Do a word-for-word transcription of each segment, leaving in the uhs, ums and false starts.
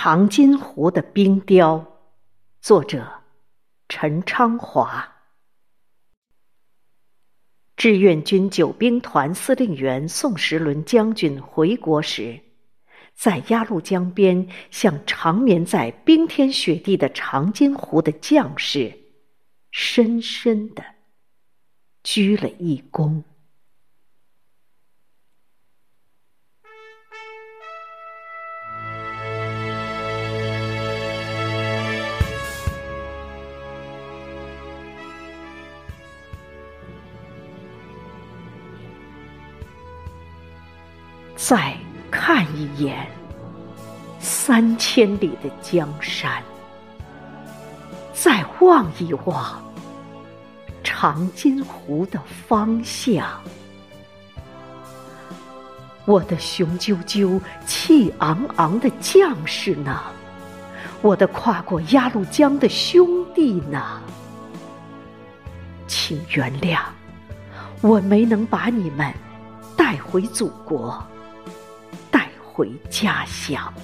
长津湖的冰雕，作者陈昌华。志愿军九兵团司令员宋时轮将军回国时，在鸭绿江边向长眠在冰天雪地的长津湖的将士深深地鞠了一躬。再看一眼三千里的江山，再望一望长津湖的方向，我的雄赳赳气昂昂的将士呢？我的跨过鸭绿江的兄弟呢？请原谅，我没能把你们带回祖国，带回家乡。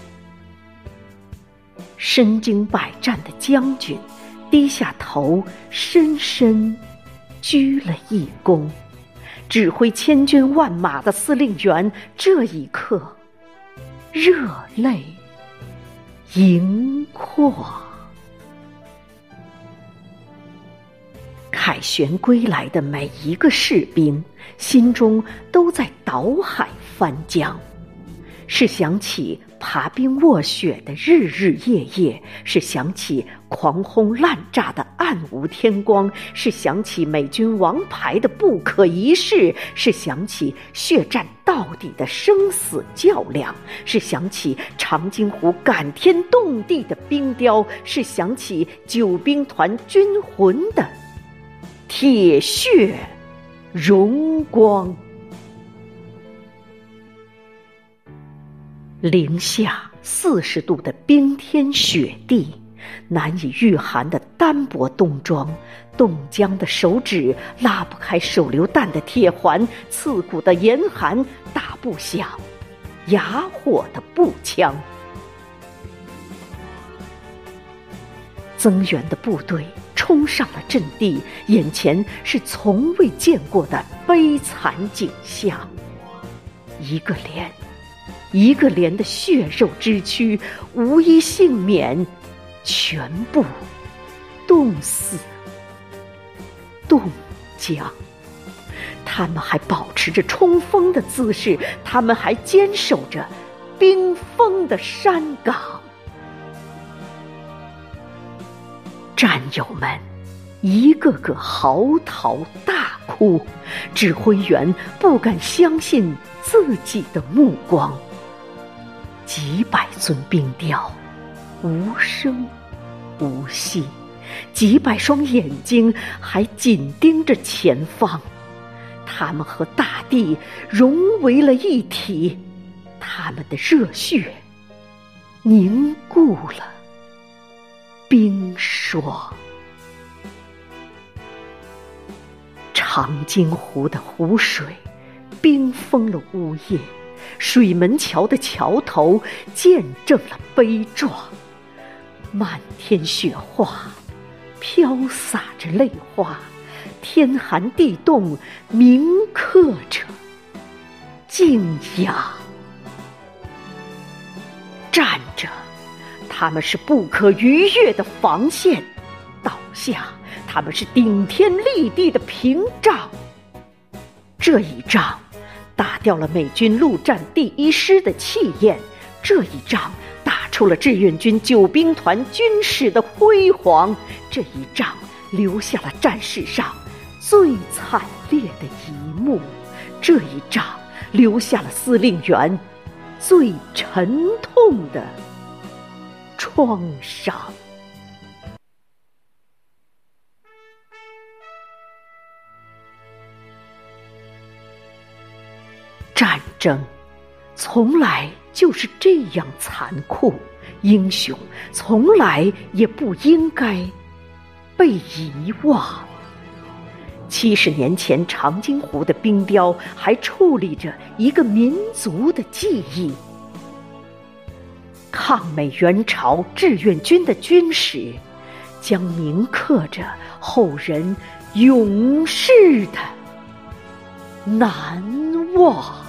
身经百战的将军低下头，深深鞠了一躬。指挥千军万马的司令员这一刻热泪盈眶。凯旋归来的每一个士兵心中都在倒海翻江，是想起爬冰卧雪的日日夜夜，是想起狂轰滥炸的暗无天光，是想起美军王牌的不可一世，是想起血战到底的生死较量，是想起长津湖感天动地的冰雕，是想起九兵团军魂的铁血荣光。零下四十度的冰天雪地，难以御寒的单薄冬装，冻僵的手指拉不开手榴弹的铁环，刺骨的严寒打不响哑火的步枪。增援的部队冲上了阵地，眼前是从未见过的悲惨景象。一个连一个连的血肉之躯无一幸免，全部冻死冻僵。他们还保持着冲锋的姿势，他们还坚守着冰封的山岗。战友们一个个嚎啕大哭，指挥员不敢相信自己的目光。几百尊冰雕无声无息，几百双眼睛还紧盯着前方，他们和大地融为了一体，他们的热血凝固了冰霜。长津湖的湖水冰封了屋檐，水门桥的桥头见证了悲壮。漫天雪花飘洒着泪花，天寒地冻铭刻着敬仰。站着，他们是不可逾越的防线；倒下，他们是顶天立地的屏障。这一仗打掉了美军陆战第一师的气焰，这一仗打出了志愿军九兵团军史的辉煌，这一仗留下了战史上最惨烈的一幕，这一仗留下了司令员最沉痛的创伤。战争从来就是这样残酷，英雄从来也不应该被遗忘。七十年前长津湖的冰雕还矗立着一个民族的记忆。 抗美援朝志愿军的军史，将铭刻着后人永世的难忘。